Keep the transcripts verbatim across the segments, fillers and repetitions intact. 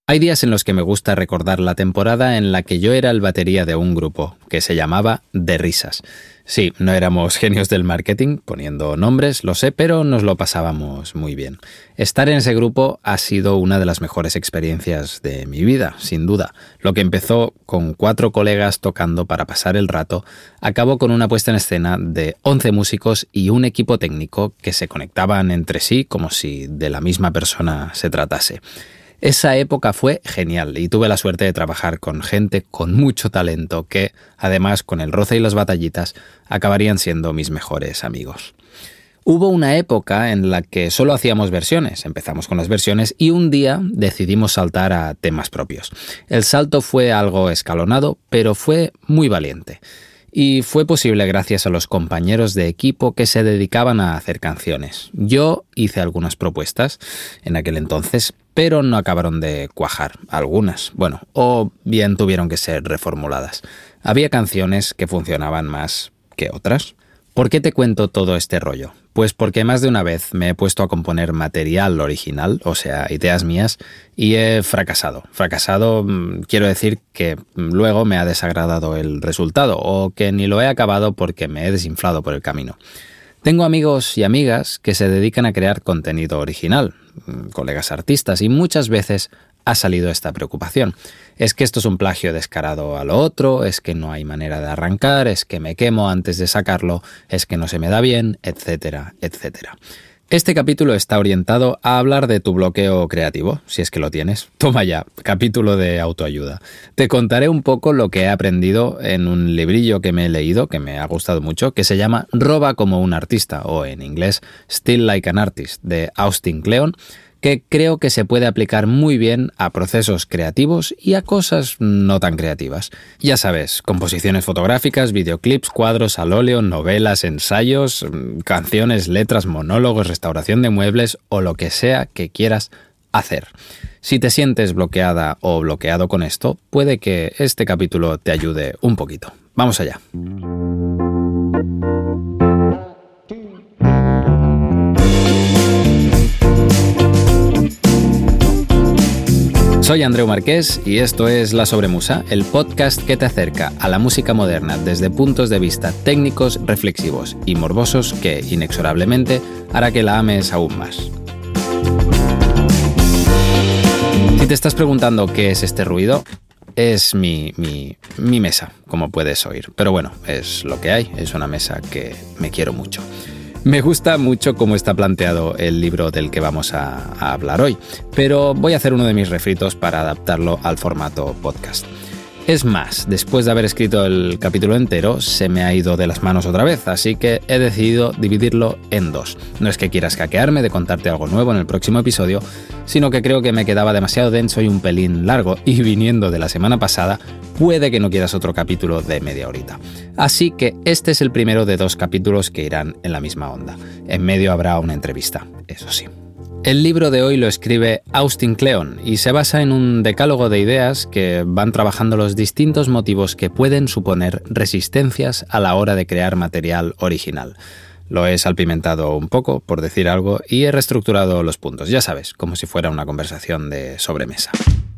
Hay días en los que me gusta recordar la temporada en la que yo era el batería de un grupo que se llamaba De Risas. Sí, no éramos genios del marketing, poniendo nombres, lo sé, pero nos lo pasábamos muy bien. Estar en ese grupo ha sido una de las mejores experiencias de mi vida, sin duda. Lo que empezó con cuatro colegas tocando para pasar el rato, acabó con una puesta en escena de once músicos y un equipo técnico que se conectaban entre sí como si de la misma persona se tratase. Esa época fue genial y tuve la suerte de trabajar con gente con mucho talento que, además, con el roce y las batallitas, acabarían siendo mis mejores amigos. Hubo una época en la que solo hacíamos versiones, empezamos con las versiones y un día decidimos saltar a temas propios. El salto fue algo escalonado, pero fue muy valiente. Y fue posible gracias a los compañeros de equipo que se dedicaban a hacer canciones. Yo hice algunas propuestas en aquel entonces, pero no acabaron de cuajar. Algunas, bueno, o bien tuvieron que ser reformuladas. Había canciones que funcionaban más que otras. ¿Por qué te cuento todo este rollo? Pues porque más de una vez me he puesto a componer material original, o sea, ideas mías, y he fracasado. Fracasado, quiero decir que luego me ha desagradado el resultado, o que ni lo he acabado porque me he desinflado por el camino. Tengo amigos y amigas que se dedican a crear contenido original, colegas artistas, y muchas veces ha salido esta preocupación. Es que esto es un plagio descarado a lo otro, es que no hay manera de arrancar, es que me quemo antes de sacarlo, es que no se me da bien, etcétera, etcétera. Este capítulo está orientado a hablar de tu bloqueo creativo, si es que lo tienes. Toma ya, capítulo de autoayuda. Te contaré un poco lo que he aprendido en un librillo que me he leído, que me ha gustado mucho, que se llama Roba como un artista, o en inglés Still Like an Artist, de Austin Kleon, que creo que se puede aplicar muy bien a procesos creativos y a cosas no tan creativas. Ya sabes, composiciones fotográficas, videoclips, cuadros al óleo, novelas, ensayos, canciones, letras, monólogos, restauración de muebles o lo que sea que quieras hacer. Si te sientes bloqueada o bloqueado con esto, puede que este capítulo te ayude un poquito. Vamos allá. Soy Andreu Marqués y esto es La Sobremusa, el podcast que te acerca a la música moderna desde puntos de vista técnicos, reflexivos y morbosos que, inexorablemente, hará que la ames aún más. Si te estás preguntando qué es este ruido, es mi, mi, mi mesa, como puedes oír. Pero bueno, es lo que hay, es una mesa que me quiero mucho. Me gusta mucho cómo está planteado el libro del que vamos a, a hablar hoy, pero voy a hacer uno de mis refritos para adaptarlo al formato podcast. Es más, después de haber escrito el capítulo entero, se me ha ido de las manos otra vez, así que he decidido dividirlo en dos. No es que quieras caquearme de contarte algo nuevo en el próximo episodio, sino que creo que me quedaba demasiado denso y un pelín largo, y viniendo de la semana pasada, puede que no quieras otro capítulo de media horita. Así que este es el primero de dos capítulos que irán en la misma onda. En medio habrá una entrevista, eso sí. El libro de hoy lo escribe Austin Kleon y se basa en un decálogo de ideas que van trabajando los distintos motivos que pueden suponer resistencias a la hora de crear material original. Lo he salpimentado un poco, por decir algo, y he reestructurado los puntos, ya sabes, como si fuera una conversación de sobremesa.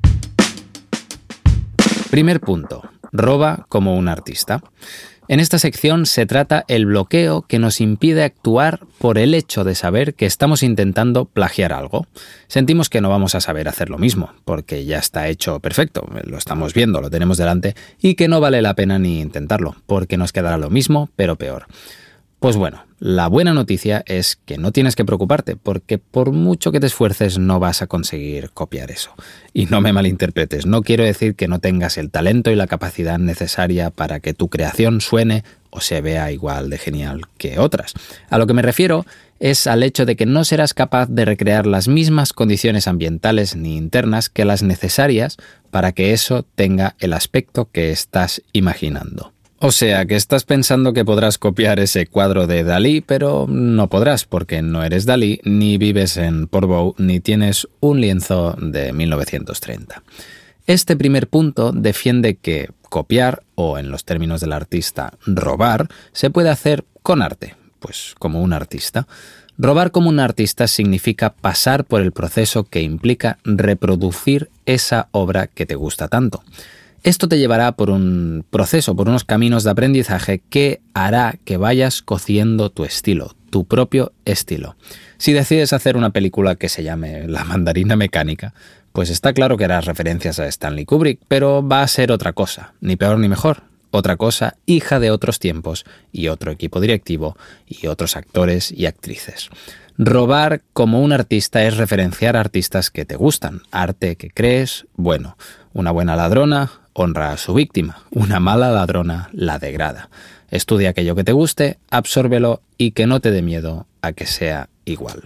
Primer punto. Roba como un artista. En esta sección se trata el bloqueo que nos impide actuar por el hecho de saber que estamos intentando plagiar algo. Sentimos que no vamos a saber hacer lo mismo, porque ya está hecho perfecto, lo estamos viendo, lo tenemos delante, y que no vale la pena ni intentarlo, porque nos quedará lo mismo, pero peor. Pues bueno, la buena noticia es que no tienes que preocuparte, porque por mucho que te esfuerces no vas a conseguir copiar eso. Y no me malinterpretes, no quiero decir que no tengas el talento y la capacidad necesaria para que tu creación suene o se vea igual de genial que otras. A lo que me refiero es al hecho de que no serás capaz de recrear las mismas condiciones ambientales ni internas que las necesarias para que eso tenga el aspecto que estás imaginando. O sea, que estás pensando que podrás copiar ese cuadro de Dalí, pero no podrás porque no eres Dalí, ni vives en Portbou, ni tienes un lienzo de mil novecientos treinta. Este primer punto defiende que copiar, o en los términos del artista, robar, se puede hacer con arte, pues como un artista. Robar como un artista significa pasar por el proceso que implica reproducir esa obra que te gusta tanto. Esto te llevará por un proceso, por unos caminos de aprendizaje que hará que vayas cociendo tu estilo, tu propio estilo. Si decides hacer una película que se llame La mandarina mecánica, pues está claro que harás referencias a Stanley Kubrick, pero va a ser otra cosa, ni peor ni mejor. Otra cosa, hija de otros tiempos y otro equipo directivo y otros actores y actrices. Robar como un artista es referenciar a artistas que te gustan, arte que crees bueno. Una buena ladrona honra a su víctima, una mala ladrona la degrada. Estudia aquello que te guste, absórbelo y que no te dé miedo a que sea igual.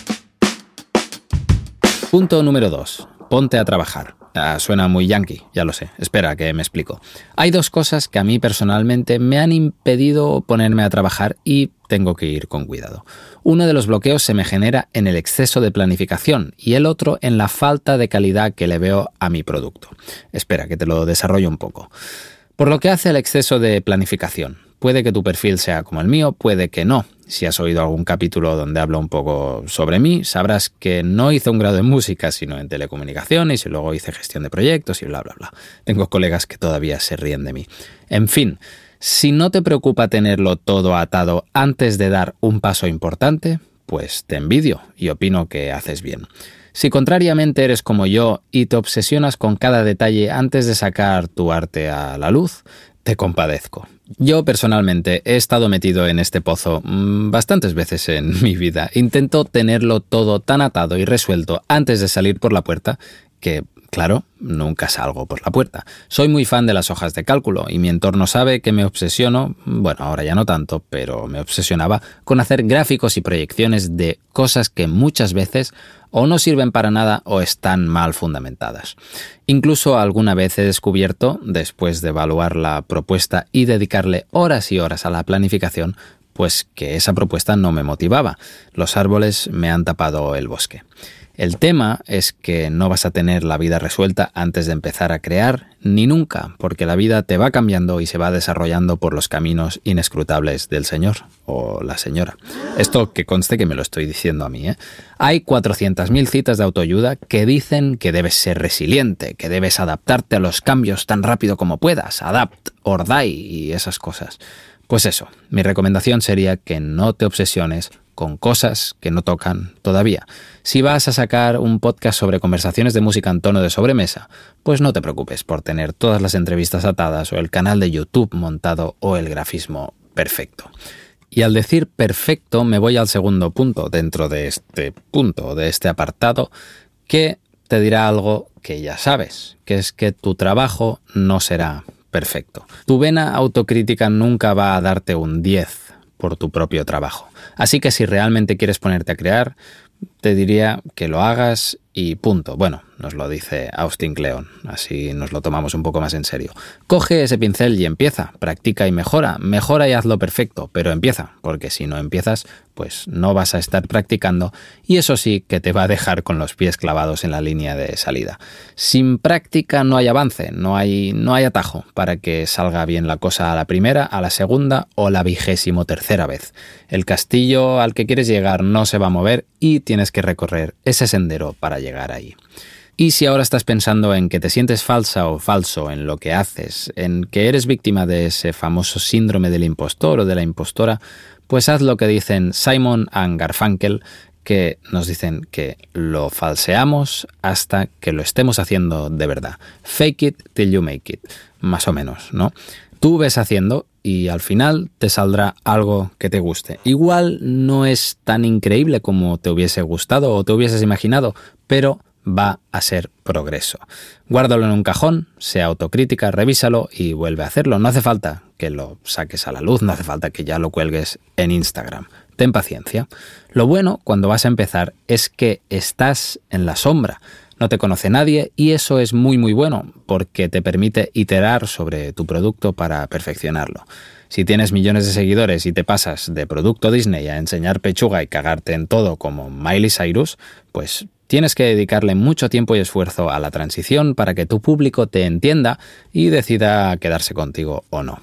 Punto número dos. Ponte a trabajar. Ah, suena muy yankee, ya lo sé. Espera, que me explico. Hay dos cosas que a mí personalmente me han impedido ponerme a trabajar y tengo que ir con cuidado. Uno de los bloqueos se me genera en el exceso de planificación y el otro en la falta de calidad que le veo a mi producto. Espera, que te lo desarrollo un poco. Por lo que hace al exceso de planificación, puede que tu perfil sea como el mío, puede que no. Si has oído algún capítulo donde hablo un poco sobre mí, sabrás que no hice un grado en música, sino en telecomunicaciones y luego hice gestión de proyectos y bla, bla, bla. Tengo colegas que todavía se ríen de mí. En fin, si no te preocupa tenerlo todo atado antes de dar un paso importante, pues te envidio y opino que haces bien. Si contrariamente eres como yo y te obsesionas con cada detalle antes de sacar tu arte a la luz, te compadezco. Yo personalmente he estado metido en este pozo mmm, bastantes veces en mi vida. Intento tenerlo todo tan atado y resuelto antes de salir por la puerta que, claro, nunca salgo por la puerta. Soy muy fan de las hojas de cálculo y mi entorno sabe que me obsesiono, bueno, ahora ya no tanto, pero me obsesionaba con hacer gráficos y proyecciones de cosas que muchas veces o no sirven para nada o están mal fundamentadas. Incluso alguna vez he descubierto, después de evaluar la propuesta y dedicarle horas y horas a la planificación, pues que esa propuesta no me motivaba. Los árboles me han tapado el bosque. El tema es que no vas a tener la vida resuelta antes de empezar a crear, ni nunca, porque la vida te va cambiando y se va desarrollando por los caminos inescrutables del Señor o la señora. Esto que conste que me lo estoy diciendo a mí, ¿eh? Hay cuatrocientas mil citas de autoayuda que dicen que debes ser resiliente, que debes adaptarte a los cambios tan rápido como puedas, adapt or die y esas cosas. Pues eso, mi recomendación sería que no te obsesiones con cosas que no tocan todavía. Si vas a sacar un podcast sobre conversaciones de música en tono de sobremesa, pues no te preocupes por tener todas las entrevistas atadas o el canal de YouTube montado o el grafismo perfecto. Y al decir perfecto me voy al segundo punto dentro de este punto, de este apartado, que te dirá algo que ya sabes, que es que tu trabajo no será perfecto. Tu vena autocrítica nunca va a darte un diez por tu propio trabajo. Así que si realmente quieres ponerte a crear, te diría que lo hagas y punto. Bueno, nos lo dice Austin Kleon, así nos lo tomamos un poco más en serio. Coge ese pincel y empieza, practica y mejora, mejora y hazlo perfecto, pero empieza, porque si no empiezas, pues no vas a estar practicando y eso sí que te va a dejar con los pies clavados en la línea de salida. Sin práctica no hay avance, no hay, no hay atajo para que salga bien la cosa a la primera, a la segunda o la vigésimo tercera vez. El castillo al que quieres llegar no se va a mover y tienes que recorrer ese sendero para llegar ahí. Y si ahora estás pensando en que te sientes falsa o falso en lo que haces, en que eres víctima de ese famoso síndrome del impostor o de la impostora, pues haz lo que dicen Simon and Garfunkel, que nos dicen que lo falseamos hasta que lo estemos haciendo de verdad. Fake it till you make it, más o menos, ¿no? Tú ves haciendo y al final te saldrá algo que te guste. Igual no es tan increíble como te hubiese gustado o te hubieses imaginado, pero va a ser progreso. Guárdalo en un cajón, sea autocrítica, revísalo y vuelve a hacerlo. No hace falta que lo saques a la luz, no hace falta que ya lo cuelgues en Instagram. Ten paciencia. Lo bueno cuando vas a empezar es que estás en la sombra. No te conoce nadie y eso es muy muy bueno porque te permite iterar sobre tu producto para perfeccionarlo. Si tienes millones de seguidores y te pasas de producto Disney a enseñar pechuga y cagarte en todo como Miley Cyrus, pues tienes que dedicarle mucho tiempo y esfuerzo a la transición para que tu público te entienda y decida quedarse contigo o no.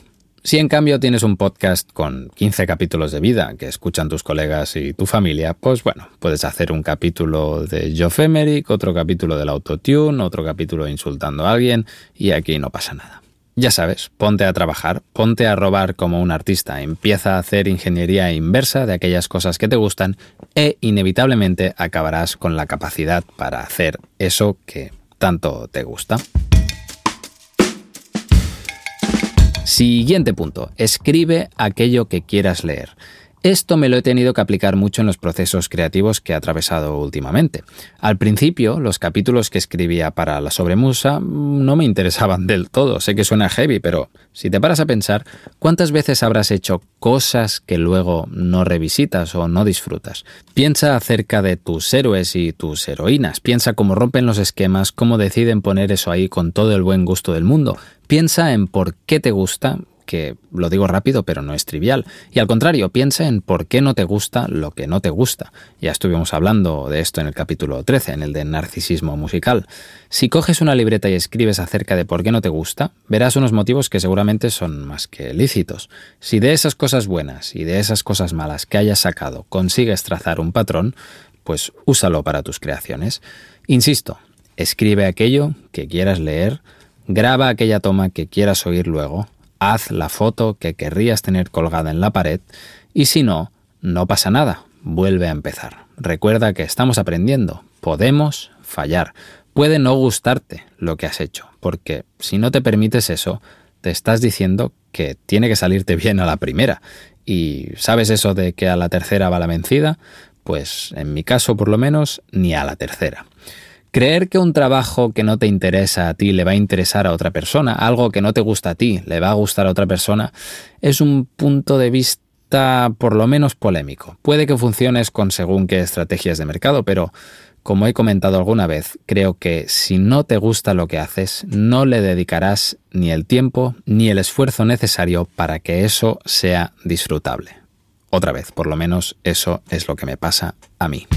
Si en cambio tienes un podcast con quince capítulos de vida que escuchan tus colegas y tu familia, pues bueno, puedes hacer un capítulo de Geoff Emerick, otro capítulo del autotune, otro capítulo insultando a alguien y aquí no pasa nada. Ya sabes, ponte a trabajar, ponte a robar como un artista, empieza a hacer ingeniería inversa de aquellas cosas que te gustan e inevitablemente acabarás con la capacidad para hacer eso que tanto te gusta. Siguiente punto. Escribe aquello que quieras leer. Esto me lo he tenido que aplicar mucho en los procesos creativos que he atravesado últimamente. Al principio, los capítulos que escribía para La Sobremusa no me interesaban del todo. Sé que suena heavy, pero si te paras a pensar, ¿cuántas veces habrás hecho cosas que luego no revisitas o no disfrutas? Piensa acerca de tus héroes y tus heroínas. Piensa cómo rompen los esquemas, cómo deciden poner eso ahí con todo el buen gusto del mundo. Piensa en por qué te gusta, que lo digo rápido pero no es trivial, y al contrario, piensa en por qué no te gusta lo que no te gusta. Ya estuvimos hablando de esto en el capítulo trece, en el de narcisismo musical. Si coges una libreta y escribes acerca de por qué no te gusta, verás unos motivos que seguramente son más que lícitos. Si de esas cosas buenas y de esas cosas malas que hayas sacado consigues trazar un patrón, pues úsalo para tus creaciones. Insisto, escribe aquello que quieras leer, graba aquella toma que quieras oír luego, haz la foto que querrías tener colgada en la pared y si no, no pasa nada, vuelve a empezar. Recuerda que estamos aprendiendo, podemos fallar, puede no gustarte lo que has hecho, porque si no te permites eso, te estás diciendo que tiene que salirte bien a la primera. Y ¿sabes eso de que a la tercera va la vencida? Pues en mi caso por lo menos ni a la tercera. Creer que un trabajo que no te interesa a ti le va a interesar a otra persona, algo que no te gusta a ti le va a gustar a otra persona, es un punto de vista por lo menos polémico. Puede que funciones con según qué estrategias de mercado, pero como he comentado alguna vez, creo que si no te gusta lo que haces, no le dedicarás ni el tiempo ni el esfuerzo necesario para que eso sea disfrutable. Otra vez, por lo menos eso es lo que me pasa a mí.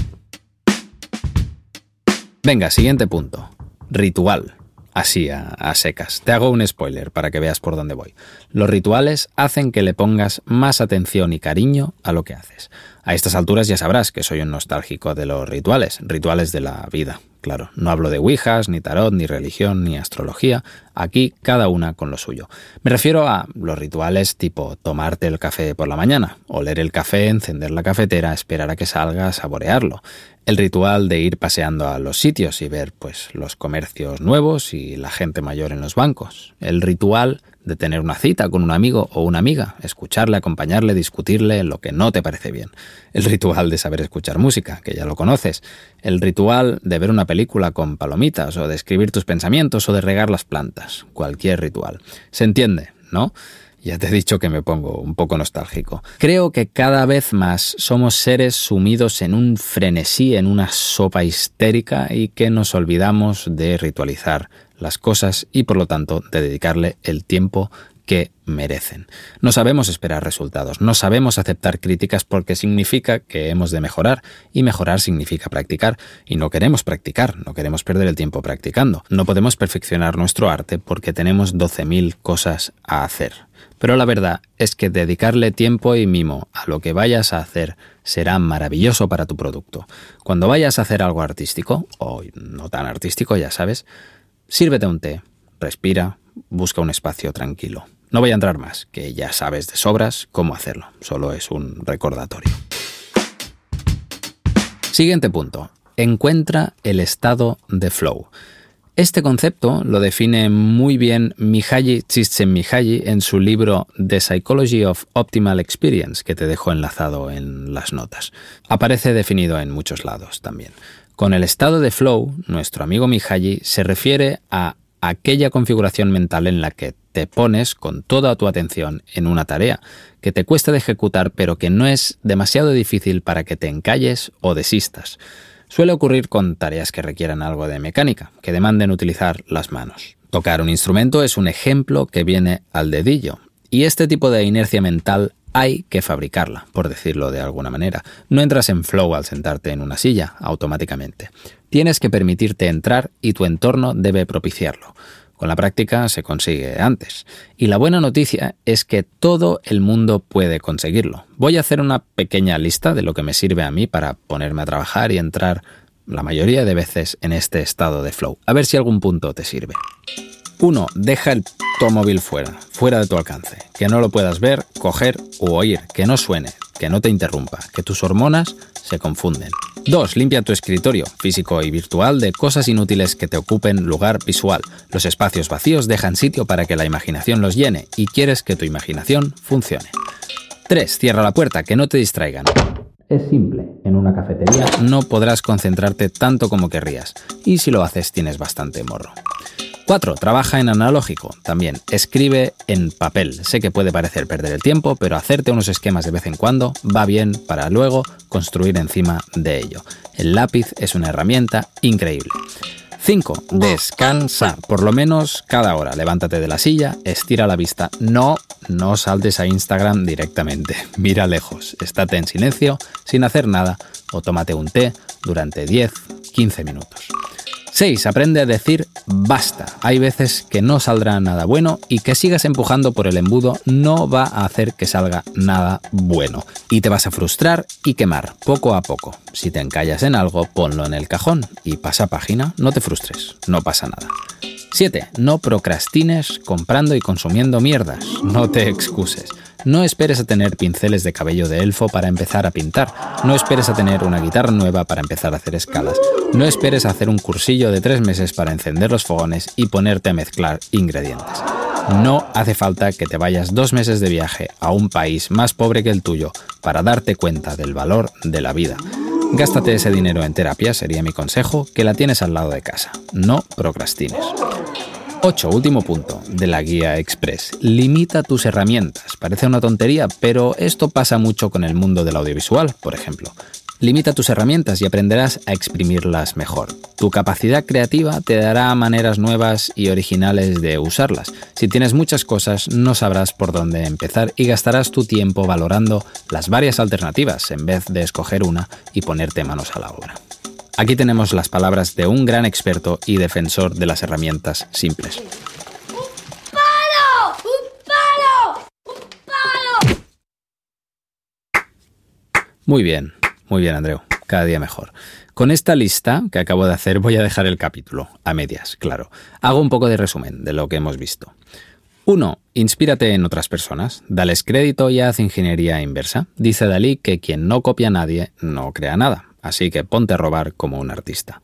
Venga, siguiente punto. Ritual. Así a, a secas. Te hago un spoiler para que veas por dónde voy. Los rituales hacen que le pongas más atención y cariño a lo que haces. A estas alturas ya sabrás que soy un nostálgico de los rituales, rituales de la vida. Claro, no hablo de ouijas, ni tarot, ni religión, ni astrología. Aquí cada una con lo suyo. Me refiero a los rituales tipo tomarte el café por la mañana, oler el café, encender la cafetera, esperar a que salga, saborearlo. El ritual de ir paseando a los sitios y ver pues los comercios nuevos y la gente mayor en los bancos. El ritual de tener una cita con un amigo o una amiga, escucharle, acompañarle, discutirle lo que no te parece bien. El ritual de saber escuchar música, que ya lo conoces. El ritual de ver una película con palomitas o de escribir tus pensamientos o de regar las plantas. Cualquier ritual. ¿Se entiende, no? Ya te he dicho que me pongo un poco nostálgico. Creo que cada vez más somos seres sumidos en un frenesí, en una sopa histérica y que nos olvidamos de ritualizar las cosas y por lo tanto de dedicarle el tiempo que merecen. No sabemos esperar resultados, no sabemos aceptar críticas porque significa que hemos de mejorar y mejorar significa practicar y no queremos practicar, no queremos perder el tiempo practicando. No podemos perfeccionar nuestro arte porque tenemos doce mil cosas a hacer. Pero la verdad es que dedicarle tiempo y mimo a lo que vayas a hacer será maravilloso para tu producto. Cuando vayas a hacer algo artístico, o no tan artístico, ya sabes, sírvete un té, respira, busca un espacio tranquilo. No voy a entrar más, que ya sabes de sobras cómo hacerlo. Solo es un recordatorio. Siguiente punto. Encuentra el estado de flow. Este concepto lo define muy bien Mihaly Csikszentmihalyi en su libro The Psychology of Optimal Experience, que te dejo enlazado en las notas. Aparece definido en muchos lados también. Con el estado de flow, nuestro amigo Mihaly se refiere a aquella configuración mental en la que te pones con toda tu atención en una tarea que te cuesta de ejecutar pero que no es demasiado difícil para que te encalles o desistas. Suele ocurrir con tareas que requieran algo de mecánica, que demanden utilizar las manos. Tocar un instrumento es un ejemplo que viene al dedillo, y este tipo de inercia mental hay que fabricarla, por decirlo de alguna manera. No entras en flow al sentarte en una silla, automáticamente. Tienes que permitirte entrar y tu entorno debe propiciarlo. Con la práctica se consigue antes. Y la buena noticia es que todo el mundo puede conseguirlo. Voy a hacer una pequeña lista de lo que me sirve a mí para ponerme a trabajar y entrar la mayoría de veces en este estado de flow. A ver si algún punto te sirve. uno. Deja el tu móvil fuera, fuera de tu alcance. Que no lo puedas ver, coger u oír, que no suene, que no te interrumpa, que tus hormonas se confunden. dos. Limpia tu escritorio, físico y virtual, de cosas inútiles que te ocupen lugar visual. Los espacios vacíos dejan sitio para que la imaginación los llene y quieres que tu imaginación funcione. tres. Cierra la puerta, que no te distraigan. Es simple, en una cafetería no podrás concentrarte tanto como querrías, y si lo haces tienes bastante morro. cuatro. Trabaja en analógico. También escribe en papel. Sé que puede parecer perder el tiempo, pero hacerte unos esquemas de vez en cuando va bien para luego construir encima de ello. El lápiz es una herramienta increíble. cinco. Descansa, por lo menos cada hora. Levántate de la silla, estira la vista. No, no saltes a Instagram directamente. Mira lejos, estate en silencio, sin hacer nada, o tómate un té durante diez a quince minutos. seis. Aprende a decir basta. Hay veces que no saldrá nada bueno y que sigas empujando por el embudo no va a hacer que salga nada bueno. Y te vas a frustrar y quemar poco a poco. Si te encallas en algo, ponlo en el cajón y pasa página. No te frustres, no pasa nada. siete. No procrastines comprando y consumiendo mierdas. No te excuses. No esperes a tener pinceles de cabello de elfo para empezar a pintar. No esperes a tener una guitarra nueva para empezar a hacer escalas. No esperes a hacer un cursillo de tres meses para encender los fogones y ponerte a mezclar ingredientes. No hace falta que te vayas dos meses de viaje a un país más pobre que el tuyo para darte cuenta del valor de la vida. Gástate ese dinero en terapia, sería mi consejo, que la tienes al lado de casa. No procrastines. ocho. Último punto de la guía express. Limita tus herramientas. Parece una tontería, pero esto pasa mucho con el mundo del audiovisual, por ejemplo. Limita tus herramientas y aprenderás a exprimirlas mejor. Tu capacidad creativa te dará maneras nuevas y originales de usarlas. Si tienes muchas cosas, no sabrás por dónde empezar y gastarás tu tiempo valorando las varias alternativas en vez de escoger una y ponerte manos a la obra. Aquí tenemos las palabras de un gran experto y defensor de las herramientas simples. ¡Un palo! ¡Un palo! ¡Un palo! Muy bien, muy bien, Andreu. Cada día mejor. Con esta lista que acabo de hacer voy a dejar el capítulo, a medias, claro. Hago un poco de resumen de lo que hemos visto. uno. Inspírate en otras personas. Dales crédito y haz ingeniería inversa. Dice Dalí que quien no copia a nadie no crea nada. Así que ponte a robar como un artista.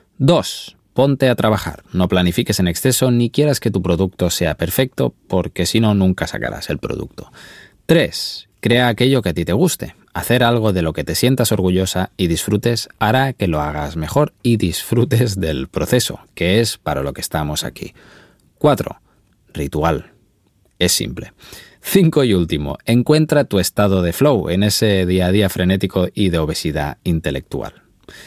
dos. Ponte a trabajar. No planifiques en exceso ni quieras que tu producto sea perfecto, porque si no, nunca sacarás el producto. tres. Crea aquello que a ti te guste. Hacer algo de lo que te sientas orgullosa y disfrutes hará que lo hagas mejor y disfrutes del proceso, que es para lo que estamos aquí. cuatro. Ritual. Es simple. cinco y último, encuentra tu estado de flow en ese día a día frenético y de obesidad intelectual.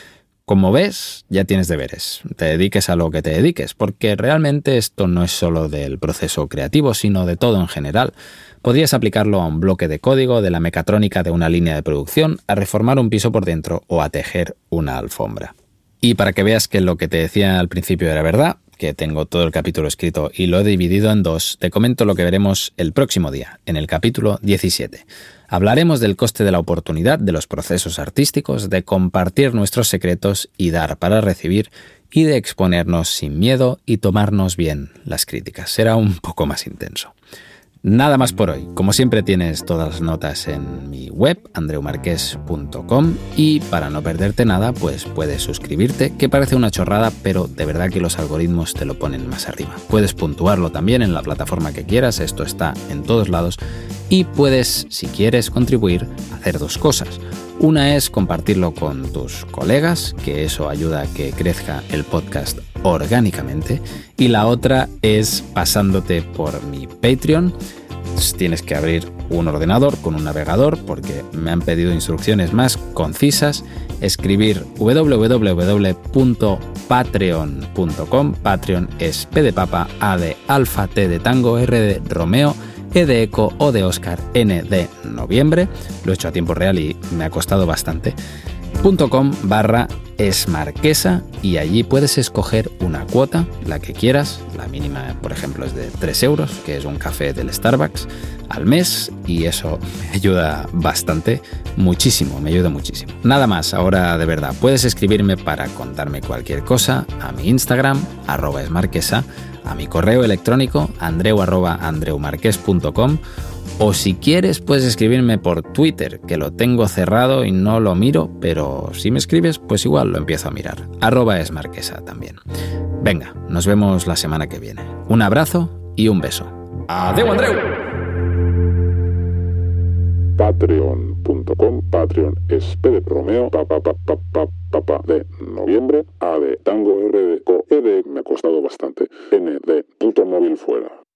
Como ves, ya tienes deberes. Te dediques a lo que te dediques, porque realmente esto no es solo del proceso creativo, sino de todo en general. Podrías aplicarlo a un bloque de código, de la mecatrónica de una línea de producción, a reformar un piso por dentro o a tejer una alfombra. Y para que veas que lo que te decía al principio era verdad, que tengo todo el capítulo escrito y lo he dividido en dos, te comento lo que veremos el próximo día, en el capítulo diecisiete. Hablaremos del coste de la oportunidad, de los procesos artísticos, de compartir nuestros secretos y dar para recibir, y de exponernos sin miedo y tomarnos bien las críticas. Será un poco más intenso. Nada más por hoy. Como siempre tienes todas las notas en mi web, andreu marques punto com, y para no perderte nada, pues puedes suscribirte, que parece una chorrada, pero de verdad que los algoritmos te lo ponen más arriba. Puedes puntuarlo también en la plataforma que quieras, esto está en todos lados, y puedes, si quieres, contribuir a hacer dos cosas. Una es compartirlo con tus colegas, que eso ayuda a que crezca el podcast orgánicamente, y la otra es pasándote por mi Patreon. Tienes que abrir un ordenador con un navegador porque me han pedido instrucciones más concisas, escribir doble u doble u doble u punto patreon punto com. Patreon es P de papa, A de alfa, T de tango, R de Romeo, E de eco, O de Oscar, N de noviembre. Lo he hecho a tiempo real y me ha costado bastante. .com barra esmarquesa y allí puedes escoger una cuota, la que quieras. La mínima, por ejemplo, es de tres euros, que es un café del Starbucks al mes, y eso me ayuda bastante, muchísimo, me ayuda muchísimo. Nada más, ahora de verdad, puedes escribirme para contarme cualquier cosa a mi Instagram, arroba esmarquesa, a mi correo electrónico, andreu arroba andreumarques punto com, o si quieres puedes escribirme por Twitter, que lo tengo cerrado y no lo miro, pero si me escribes, pues igual lo empiezo a mirar, arroba esmarquesa también. Venga, nos vemos la semana que viene. Un abrazo y un beso. ¡Adeu, Andreu! Patreon punto com, Patreon es P de Romeo, pa, pa, pa, pa, pa, pa, pa, de noviembre, A de Tango, R de Co, E de me ha costado bastante, N de puto móvil fuera.